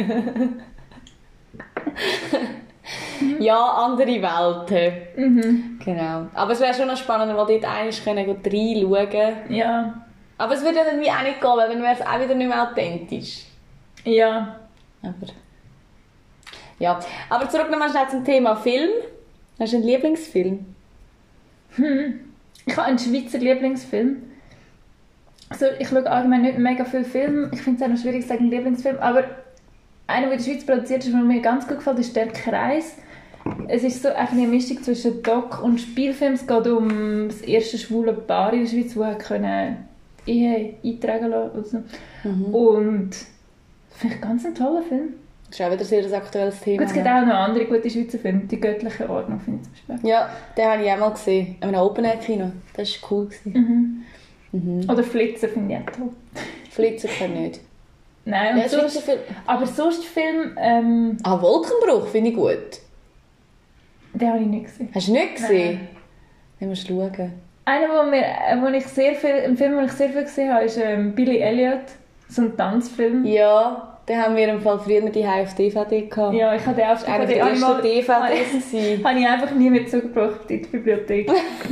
Ja, andere Welten.
Mhm.
Genau. Aber es wäre schon noch spannend, weil dort eigentlich reinschauen können.
Ja.
Aber es würde ja dann wie auch nicht gehen, weil dann wäre es auch wieder nicht mehr authentisch.
Ja.
Aber... Ja. Aber zurück nochmal schnell zum Thema Film. Hast du einen Lieblingsfilm?
Hm. Ich habe einen Schweizer Lieblingsfilm. Also ich schaue allgemein nicht mega viele Filme. Ich finde es auch noch schwierig zu sagen, Lieblingsfilm. Aber einer, der in der Schweiz produziert ist, der mir ganz gut gefällt, ist «Der Kreis». Es ist so eine Mischung zwischen Doc und Spielfilm. Es geht um das erste schwule Paar in der Schweiz, das können Ehe eintragen lassen.
Mhm.
Und das finde ich ganz ein toller Film.
Das ist auch wieder sehr ein aktuelles Thema.
Gut, es gibt
ne?
auch noch andere gute Schweizer Filme. «Die göttliche Ordnung» finde ich zum Beispiel.
Ja, den habe ich auch mal gesehen. In einem Open-Air-Kino. Das war cool.
Mhm.
Mhm.
Oder «Flitzer» finde ich auch toll.
Flitzer kann nicht.
Nein, und
Ja,
sonst,
Schweizer Film.
aber sonst Film, ähm,
Ah, Wolkenbruch finde ich gut.
den habe ich nicht gesehen.
Hast du nicht gesehen? Dann musst du schauen.
Einer, wo mir, äh, wo ich sehr viel, ein Film, den ich sehr viel gesehen habe, ist ähm, Billy Elliot, so ein Tanzfilm.
Ja, den haben wir im Fall früher die auf D V D gehabt.
Ja, ich habe den auf
Das war einer der
D V D
ersten
einmal-
D V Ds. gewesen.
habe ich einfach nie mit zugebracht in die Bibliothek.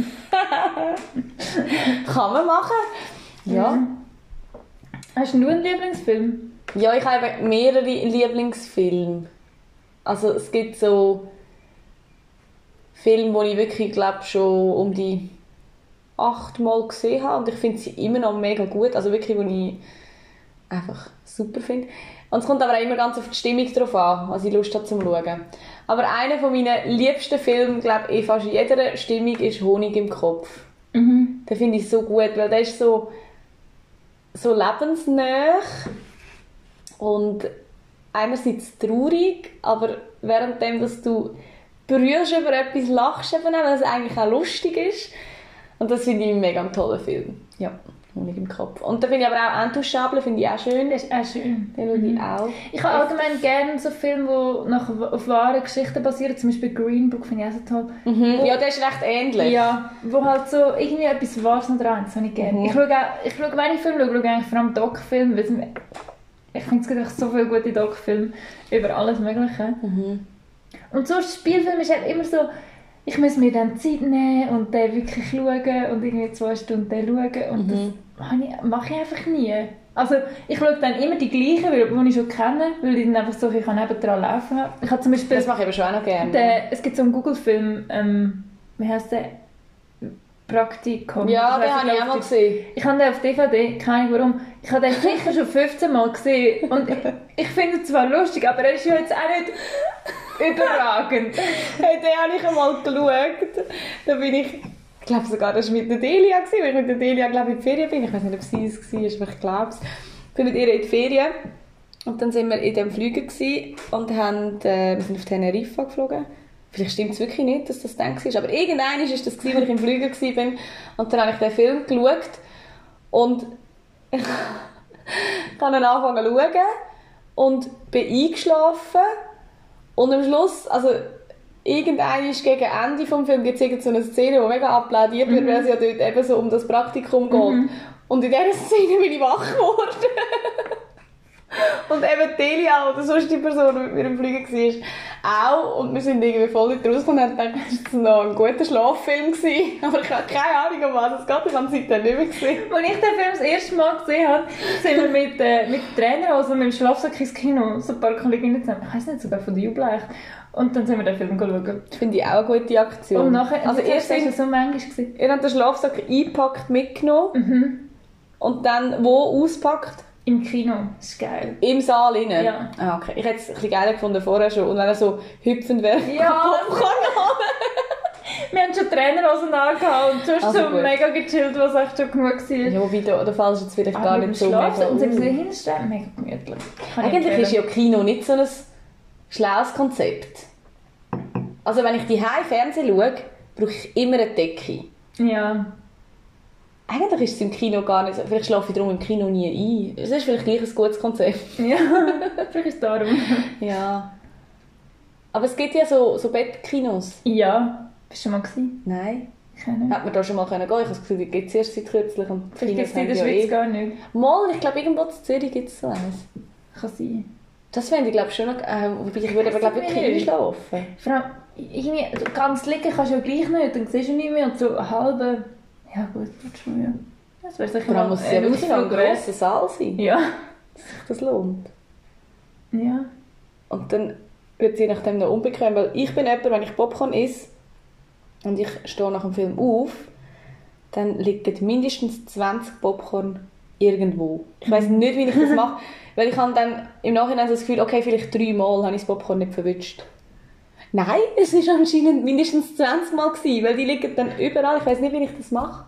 Kann man machen. Ja.
Mhm. Hast du einen Lieblingsfilm?
Ja, ich habe eben mehrere Lieblingsfilme. Also es gibt so Filme, die ich wirklich, glaube schon um die achtmal gesehen habe und ich finde sie immer noch mega gut. Also wirklich, die ich einfach super finde. Und es kommt aber auch immer ganz auf die Stimmung drauf an, was ich Lust habe zum Schauen. Aber einer von meinen liebsten Filmen, glaube ich, in fast jeder Stimmung ist «Honig im Kopf».
Mhm.
Den finde ich so gut, weil der ist so, so lebensnah und einerseits traurig, aber währenddem, dass du berührst über etwas, lachst eben auch, weil es eigentlich auch lustig ist. Und das finde ich einen mega tollen Film. Ja, habe ich im Kopf. Und da finde ich aber auch Intouchable, finde ich auch schön.
Das ist auch schön.
Den schaue ich auch.
Ich habe allgemein gerne so Filme, die nach, auf wahren Geschichten basieren. Zum Beispiel Green Book finde ich auch so toll.
Mhm.
Wo,
Ja, der ist recht ähnlich.
ja, wo halt so irgendwie etwas Wahres noch dran ist. Das habe ich gerne.
Mhm.
Ich schaue auch, ich schaue, wenn ich Filme schaue, schaue ich eigentlich vor allem Doc-Filme. weil es- Ich finde, es gibt einfach so viele gute Doc-Filme über alles Mögliche.
Mhm.
Und so Spielfilm ist halt immer so, ich muss mir dann Zeit nehmen und den wirklich schauen und irgendwie zwei Stunden den schauen und
Mhm.
das mache ich, mache ich einfach nie. Also ich schaue dann immer die gleichen, weil- die ich schon kenne, weil die dann einfach so, ich kann nebendran laufen haben. Ich habe zum Beispiel,
Das mache ich aber schon auch noch gerne.
den, es gibt so einen Google-Film, ähm, wie heisst der? Praktikum.
Ja,
Das
den
heisst,
habe ich auch
glaube,
mal gesehen.
ich habe den auf D V D, keine Ahnung warum. Ich habe den sicher schon fünfzehn Mal gesehen. Und ich, ich finde ihn zwar lustig, aber er ist ja jetzt auch nicht überragend.
Hey, den habe ich einmal geschaut. Da bin ich, ich glaube sogar, das war mit der Delia, gewesen, weil ich mit der Delia, glaube ich, in die Ferien bin. Ich weiß nicht, ob sie es war, aber ich glaube es. Ich bin mit ihr in die Ferien. Und dann sind wir in diesem Flüger gewesen und haben, äh, wir sind auf Teneriffa geflogen. Vielleicht stimmt es wirklich nicht, dass das dann war. Aber irgendwann war das, als ich im Flüger war. Und dann habe ich den Film geschaut. Und ich habe dann angefangen zu schauen. Und bin eingeschlafen. Und am Schluss, also irgendwann ist gegen Ende des Films gibt es so eine Szene, die mega applaudiert wird,
Mhm.
weil es ja dort eben so um das Praktikum geht.
Mhm.
Und in dieser Szene bin ich wach geworden. Und eben Delia oder sonst die Person, die mit mir im Flüger war, auch. Und wir sind irgendwie voll nicht rausgekommen und haben gedacht, das war noch ein guter Schlaffilm gewesen. Aber ich habe keine Ahnung, um was es geht. Ich habe es seitdem nicht mehr gesehen.
Als ich den Film das erste Mal gesehen habe, sind wir mit, äh, mit dem Trainer, also mit dem Schlafsack ins Kino, so ein paar Kolleginnen zusammen, ich weiss nicht, sogar von der Jubel. Und dann sind wir den Film geschaut.
Das finde ich auch eine gute Aktion.
Und nachher,
also ihr,
erst war
sind,
es so manchmal gewesen.
ihr habt den Schlafsack eingepackt, mitgenommen.
Mhm.
Und dann wo auspackt?
Im Kino. Das ist geil.
Im Saal rein?
Ja.
Ah, okay. Ich hätte es ein bisschen geiler gefunden vorher schon. Und wenn er so hüpfend wäre,
Ja, wir haben schon Trainerhosen angehabt und sonst
Also
so
gut.
mega gechillt, was echt schon genug war.
ja, wobei, da, da fallst du jetzt vielleicht
Aber
gar
mit
nicht
dem
so mega
Schlafen und sind
auf.
so hinstellen, mega gemütlich. Kann ich
Eigentlich ist
empfehlen.
ja Kino nicht so ein schlaues Konzept. Also wenn ich die Fernsehen schaue, brauche ich immer eine Decke.
Ja.
Eigentlich ist es im Kino gar nicht so. Vielleicht schlafe ich darum im Kino nie ein. Es ist vielleicht gleich ein gutes Konzept.
Ja, vielleicht ist es darum.
Ja. Aber es gibt ja so, so Bettkinos.
Ja. Bist du schon mal gewesen?
Nein.
Ich auch nicht.
Hätte man da schon mal gehen können. Ich habe das Gefühl, die gibt es erst seit kürzlich. Und die
Vielleicht gibt es in
Kinos
der
haben
Schweiz
ja
gar nicht.
Mal, ich glaube, irgendwo in Zürich gibt es so eines.
Kann sein.
Das fände ich glaube schon noch... Äh, wobei ich würde aber glaube ich wirklich nicht schlafen.
Vor allem, irgendwie, also ganz liegen kannst du ja gleich nicht, dann siehst du nicht mehr und so eine halbe... Ja gut, das ist schon, ja. Das wäre sicher
Vor allem
mal
muss es ja
ein
wirklich noch ein
Ausflug wert.
grosser Saal sein,
Ja.
dass sich das lohnt.
Ja.
Und dann wird es je nachdem noch unbequem, weil ich bin jemand, wenn ich Popcorn esse und ich stehe nach dem Film auf, dann liegen mindestens zwanzig Popcorn irgendwo. Ich weiss nicht, wie ich das mache, weil ich habe dann im Nachhinein so das Gefühl, okay, vielleicht dreimal habe ich das Popcorn nicht verwünscht. Nein, es war anscheinend mindestens zwanzig Mal gewesen, weil die liegen dann überall. Ich weiss nicht, wie ich das mache.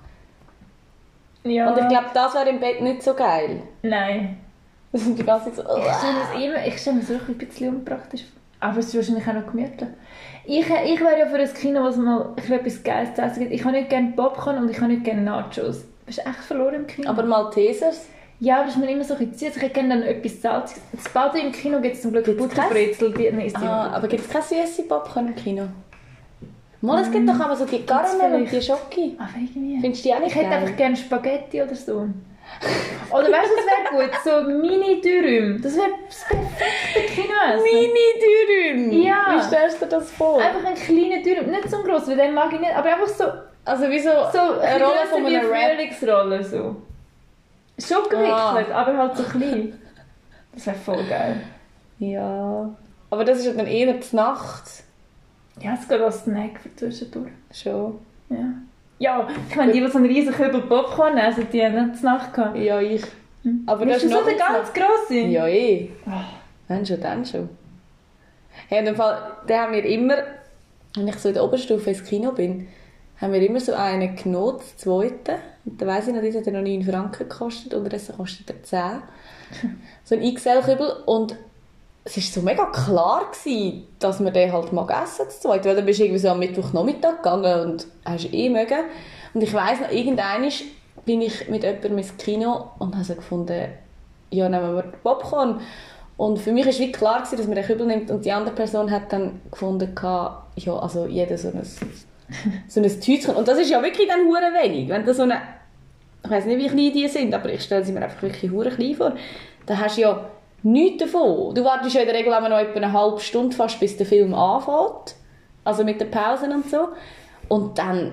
Ja.
Und ich glaube, das wäre im Bett nicht so geil.
Nein.
Das sind die ganze Zeit so...
Ich stelle mir das immer, ich stelle mir so ein bisschen unpraktisch vor. Aber es ist wahrscheinlich auch noch gemütlich. Ich, ich wäre ja für ein Kino, was mal etwas Geiles zu essen gibt. Ich habe nicht gerne Popcorn und ich habe nicht gerne Nachos. Bist du echt verloren im Kino?
Aber Maltesers?
Ja, aber das ist mir immer so ein bisschen zu. Ich hätte gerne dann etwas Salziges. Das Bade im Kino gibt es zum Glück
Gibt's
Butterbrezel. Die, nein, ist die
Ah, aber gibt es keine süße Popcorn im Kino? Mal, es gibt doch aber so die Karamell und die Schoki.
Aber irgendwie...
Findest du die auch nicht
Ich hätte
geil?
einfach gerne Spaghetti oder so. Oder weißt du, das wäre gut? So Mini-Dürüm. Das wäre das perfekte Kinoessen.
Mini-Dürüm?
Ja.
Wie stellst du dir das vor?
Einfach ein kleiner Dürüm. Nicht so ein grosser, weil den mag ich nicht. Aber einfach so,
Also wie so,
so
eine Rolle von
wie
einem
eine
Rap.
Frühlingsrolle. So. Schon gewickelt, aber halt so klein. Das wäre voll geil.
Ja. Aber das ist ja dann eher zur Nacht.
Ja, es geht als Snack für zwischendurch.
Schon.
Ja. Ja, ich meine, die, die so einen riesen Kübel Popcorn essen, die haben nicht zur Nacht gehabt.
Ja, ich. Aber
Bist
das
du
ist
so
noch
der ganz grosse?
Ja, eh.
Ah.
Dann schon, dann schon. Hey, in dem Fall, den haben wir immer, wenn ich so in der Oberstufe ins Kino bin, haben wir immer so einen genommen, den zweiten. Und dann weiss ich noch, das hat er noch neun Franken gekostet, unterdessen kostet er zehn. So ein X L-Kübel. Und es war so mega klar gewesen, dass man den halt mag essen, das zweite. Weil dann bist du irgendwie so am Mittwochnachmittag gegangen und hast eh mögen. Und ich weiss noch, irgendwann bin ich mit jemandem ins Kino und habe so gefunden, ja, nehmen wir Popcorn. Und für mich war wie klar, gewesen, dass man den Kübel nimmt. Und die andere Person hat dann gefunden, ja, also jeder so ein, so ein Tütchen. Und das ist ja wirklich dann hure wenig. Wenn da so eine, ich weiss nicht, wie klein die sind, aber ich stelle sie mir einfach wirklich hure klein vor. Da hast du ja nichts davon. Du wartest ja in der Regel noch etwa eine halbe Stunde fast, bis der Film anfängt. Also mit den Pausen und so. Und dann,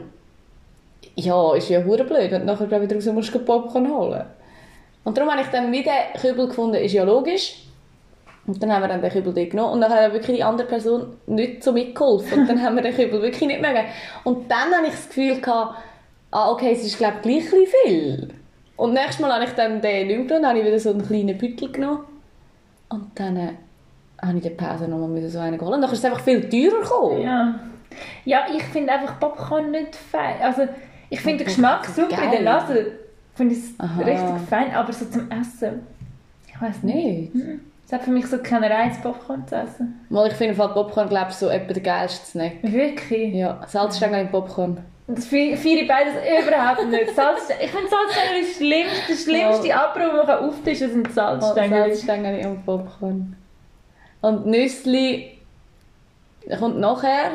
ja, ist ja hure blöd, wenn du nachher wieder raus musst, Popcorn holen. Und darum habe ich dann wieder den Kübel gefunden, ist ja logisch. Und dann haben wir dann den Kübel genommen und dann hat wirklich die andere Person nicht so mitgeholfen. Und dann haben wir den Kübel wirklich nicht mehr gegeben. Und dann hatte ich das Gefühl, gehabt, ah, okay, es ist glaube ich gleich viel. Und nächstes Mal habe ich dann den nicht mehr genommen, dann habe ich wieder so einen kleinen Beutel genommen. Und dann äh, habe ich in der Pause noch mal so einen geholt. Und dann ist es einfach viel teurer gekommen.
Ja, ja ich finde einfach Popcorn nicht fein. Also, ich finde den Geschmack super
geil.
In der Nase. Finde ich es
Aha.
richtig fein, aber so zum Essen, ich weiß nicht.
Nicht?
Es hat für mich so keinen Reiz, Popcorn zu essen.
Mal, ich finde Popcorn, glaube ich, so etwa der geilste Snack.
Wirklich?
Ja, Salzstangen in Popcorn.
Das feiere ich beides überhaupt nicht. Salzstängel, ich finde Salzstängel ist das schlimmste, das schlimmste
Ja.
Apero, das man auftischen kann, sind Salzstängel.
Salzstangen und Popcorn. Und Nüssli kommt nachher.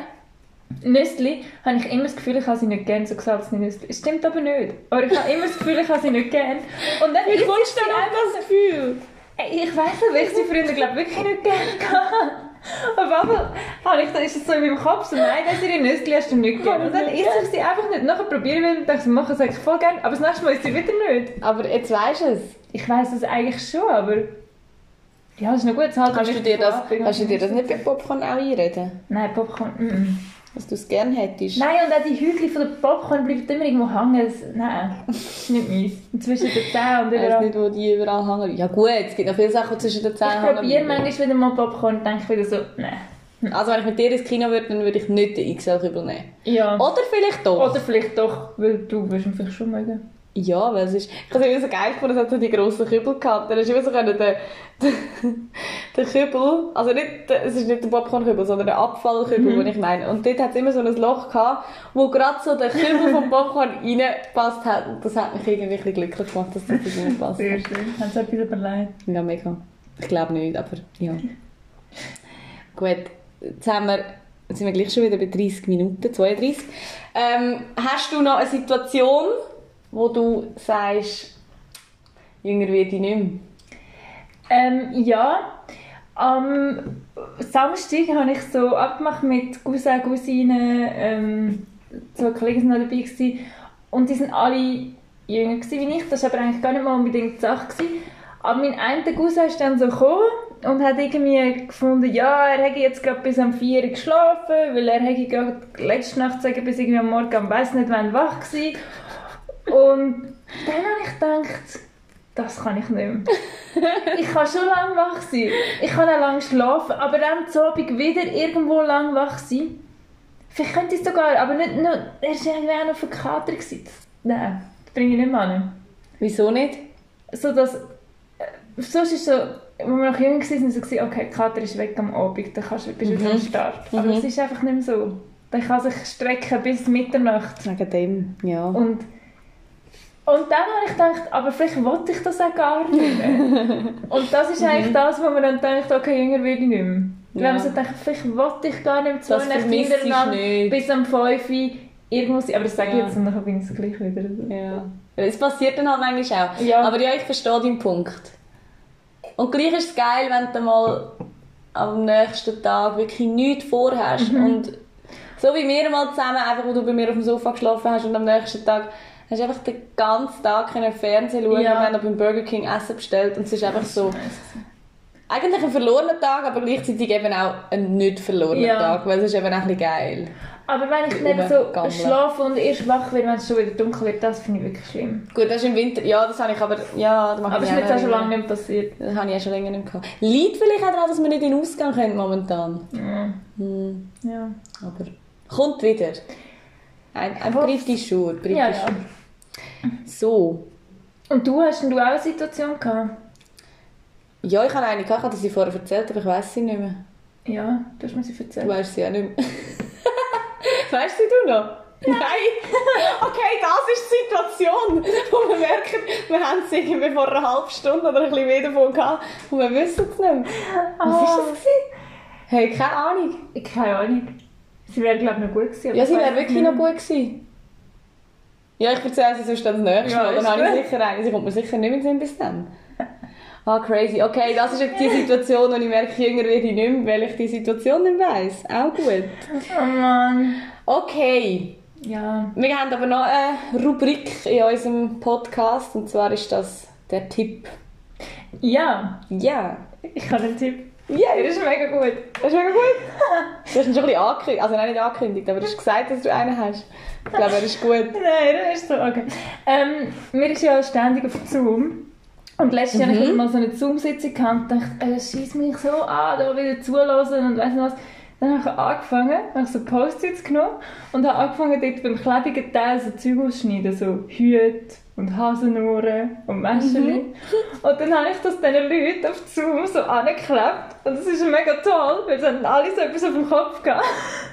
Nüssli habe ich immer das Gefühl, ich habe sie nicht gerne, so gesalzene Nüssli. Es stimmt aber nicht. Aber ich habe immer das Gefühl, ich habe sie nicht gerne. Und dann
Wie
isst
kommst du
sie
denn auf
einfach-
das Gefühl?
Ey, ich weiss nicht, weil ich sie früher glaube wirklich nicht gerne hatte. Auf einmal habe ich, dann ist es so in meinem Kopf so, nein, das ihre Nüssli hast du nicht gerne. Und dann esse ich sie einfach nicht. Nachher probiere ich wieder und denke, machen sie eigentlich voll gerne, aber das nächste Mal ist sie wieder nicht.
Aber jetzt weisst du es.
Ich weiss es eigentlich schon, aber... Ja, das ist noch gut. Halt
Kannst du dir das, kannst du dir das nicht bei Popcorn auch einreden?
Nein, Popcorn, mm -mm.
Dass du es gerne hättest?
Nein, und auch die Hügel von der Popcorn bleiben immer irgendwo hängen. Das, nein, das ist nicht meins. Und zwischen den Zähnen und
Ich weiss
überall.
nicht, wo die überall hängen. Ja gut, es gibt noch viele Sachen, die zwischen den Zähnen
Ich
hängen.
probiere manchmal wieder mal Popcorn und denke wieder so, nein.
Also wenn ich mit dir ins Kino würde, dann würde ich nicht den X L-Kübel nehmen.
Ja.
Oder vielleicht doch.
Oder vielleicht doch, weil du wirst ihn vielleicht schon mögen.
Ja, weil es ist... Ich habe es immer so geil gefunden, es hat so die grossen Kübel gehabt. Dann hast du immer so können, den, den, den Kübel... Also nicht, es ist nicht der Popcorn-Kübel, sondern der Abfallkübel,
Mhm.
den ich meine. Und dort hat es immer so ein Loch gehabt, wo gerade so der Kübel vom Popcorn reingepasst hat. Und das hat mich irgendwie ein bisschen glücklich gemacht, dass das da reingepasst
Sehr
hat.
schön. Haben sie etwas überlegt?
Ja, mega. Ich glaube nicht, aber ja. Gut, jetzt, haben wir, jetzt sind wir gleich schon wieder bei dreißig Minuten, zweiunddreißig. Ähm, hast du noch eine Situation, wo du sagst, jünger werde ich nicht mehr?
Ähm, ja. Am Samstag habe ich so abgemacht mit Cousin, Cousinen, ähm, zwei Kollegen waren noch dabei gewesen. Und die waren alle jünger gewesen wie ich. Das war aber eigentlich gar nicht mal unbedingt die Sache gewesen. Aber mein einer Cousin ist dann so gekommen und hat irgendwie gefunden, ja, er hätte jetzt gerade bis am vier Uhr geschlafen, weil er hätte gerade letzte Nacht sagen, bis irgendwie am Morgen, am weiss nicht wann, wach gewesen. Und dann habe ich gedacht, das kann ich nicht mehr. Ich kann schon lange wach sein. Ich kann auch lange schlafen, aber dann zu Abend wieder irgendwo lang wach sein. Vielleicht könnte ich es sogar, aber nicht nur, er war irgendwie auch noch verkatert. Nein, das bringe ich nicht mehr an.
Wieso nicht?
So, dass, äh, sonst ist so, als wir noch jung waren, so, okay, die Kater ist weg am Abend, dann kannst du, bist du wieder am Start. Aber es ist einfach nicht mehr so. Dann kann sich strecken bis Mitternacht.
Wegen dem, ja.
Und, und dann habe ich gedacht, aber vielleicht wollte ich das auch gar nicht mehr. Und das ist eigentlich das, wo man dann denkt, okay, jünger werde ich nicht mehr.
Ja.
Wenn man so denkt, vielleicht wollte ich gar nicht mehr zwei
Das
Nächte
vermisst ich
hintereinander
nicht.
bis um fünf Uhr irgendwo sein. Aber das sage ich
Ja.
jetzt und dann bin ich es gleich wieder.
Ja. Es passiert dann halt manchmal auch.
Ja.
Aber ja, ich verstehe deinen Punkt. Und gleich ist es geil, wenn du mal am nächsten Tag wirklich nichts vorhast.
Mhm.
Und so wie wir mal zusammen, einfach wo du bei mir auf dem Sofa geschlafen hast und am nächsten Tag hast du einfach den ganzen Tag können Fernsehen schauen.
Ja.
Wir haben beim Burger King Essen bestellt und es ist einfach so... Eigentlich ein verlorener Tag, aber gleichzeitig eben auch ein nicht verlorener
Ja.
Tag, weil es ist eben auch ein bisschen geil.
Aber wenn ich
Die
nicht so
rumgammeln.
schlafe und erst wach werde, wenn es schon wieder dunkel wird, das finde ich wirklich schlimm.
Gut, das ist im Winter, ja, das habe ich aber... Ja, das mache
Aber
ich
es ist
auch
jetzt auch schon
länger.
lange nicht mehr passiert.
Das habe ich ja schon länger nicht gehabt. Liegt vielleicht auch daran, dass wir nicht in den Ausgang können momentan.
Ja.
Hm,
Ja.
aber kommt wieder. Ein, ein
hoffe-
britisch Schuh. Britisch
Ja, ja.
Schuh. So.
Und du, hast denn du auch eine Situation gehabt?
Ja, ich habe eine gehabt, ich habe sie vorher erzählt, aber ich weiss sie nicht mehr.
Ja, du hast mir sie erzählt.
Du weißt sie auch nicht mehr. Weißt sie du noch? Nein! Okay, das ist die Situation, wo wir merken, wir haben es irgendwie vor einer halben Stunde oder ein bisschen mehr davon gehabt und wir wissen es nicht mehr. Was war
Oh.
das gewesen? Hey, keine Ahnung.
Keine Ahnung. Sie wäre, glaube ich, noch gut gewesen. aber
Ja, sie
ich
wäre
weiss
wirklich
nicht.
noch gut gewesen. Ja, ich erzähle sie sonst dann das nächste
Ja,
Mal. Dann
ist
habe ich
gut.
sicher eine. Sie kommt mir sicher nicht mehr in den Sinn bis dann. Ah, crazy. Okay, das ist jetzt die Situation, wo ich merke, jünger werde ich nicht mehr, weil ich die Situation nicht weiss. Auch gut.
Oh Mann.
Okay.
Ja.
Wir haben aber noch eine Rubrik in unserem Podcast und zwar ist das der Tipp.
Ja.
Ja.
Ich habe einen Tipp.
Ja,
Der ist mega gut.
das ist mega gut. Du hast ihn schon ein bisschen angekündigt, also nein, nicht angekündigt, aber du hast gesagt, dass du einen hast. Ich glaube, er ist gut.
Nein, das ist so, okay. Ähm, mir ist ja ständig auf Zoom. Und letztes Jahr
Mhm.
hatte ich mal so eine Zoom-Sitzung gehabt und dachte, äh, schießt mich so an, da wieder zuhören und weiss nicht was. Dann habe ich angefangen, habe so Post-its genommen und habe angefangen, dort beim klebigen Teil so Zeug auszuschneiden, so Hüte und Hasenohren und Mäscheli.
Mhm.
Und dann habe ich das diesen Leuten auf Zoom so angeklebt und das ist mega toll, weil sie haben alle so etwas auf dem Kopf gehabt.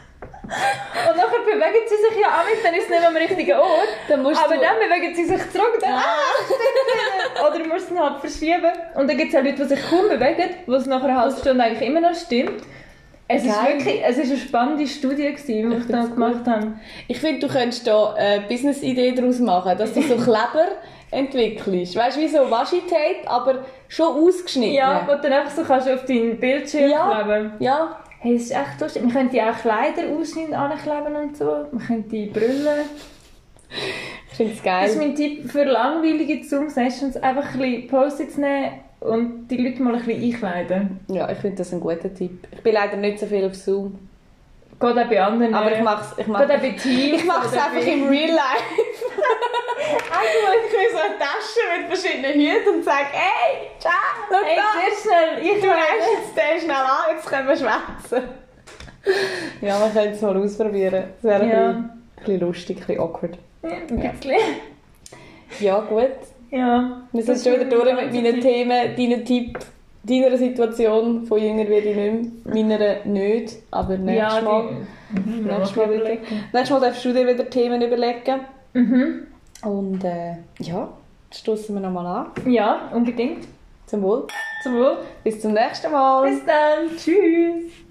Und nachher bewegen sie sich ja auch mit, dann ist es nicht am richtigen Ort.
Dann musst
Aber
du...
dann bewegen sie sich zurück und dann, ah, oder du musst es halt verschieben. Und dann gibt es auch Leute, die sich kaum bewegen, wo es nach einer halben Stunde eigentlich immer noch stimmt. Es ist
Geil.
wirklich, es ist eine spannende Studie gewesen, die
Ich
ich da
find's
gemacht habe.
Ich finde, du könntest da eine Business-Idee daraus machen, dass du so Kleber entwickelst. Weißt du, wie so Washi-Tape, aber schon ausgeschnitten.
Ja, wo du dann einfach so kannst auf deinen Bildschirm
Ja.
kleben.
Ja.
Hey, das ist echt lustig. Man könnte auch Kleider ausschneiden, ankleben und so. Man könnte Brüllen.
Ich finde es
Das ist
geil.
mein Tipp für langweilige Zoom-Sessions. Einfach ein bisschen Post-its nehmen und die Leute mal ein bisschen einkleiden.
Ja, ich finde das ein guter Tipp. Ich bin leider nicht so viel auf Zoom.
Geht auch bei anderen.
Aber ich mache es ich mach,
Geht auch bei Teams.
ich mache es
oder
einfach
bei-
im Real Life. Ich kriege so eine Tasche mit verschiedenen Hüten und sage, hey, ciao, schau
Hey,
da.
sehr schnell. Ich
Du
meine,
hast jetzt den schnell an, jetzt können wir schwätzen. Ja, wir können es mal ausprobieren. Das wäre
Ja.
ein, bisschen, ein bisschen lustig, ein bisschen awkward.
ein bisschen.
Ja, gut.
Ja.
Wir sind schon wieder durch mit meinen Themen, deinen Tipp, deiner Situation von jünger werde ich nicht mehr, meiner nicht, aber nächstes
Ja,
Mal.
die- Mhm,
Nächstes
mal
Mal, wieder.
überlegen.
Nächstes Mal darfst du dir wieder Themen überlegen.
Mhm.
Und äh, ja, stoßen wir nochmal an.
Ja, unbedingt.
Zum Wohl.
Zum Wohl.
Bis zum nächsten Mal.
Bis dann. Tschüss.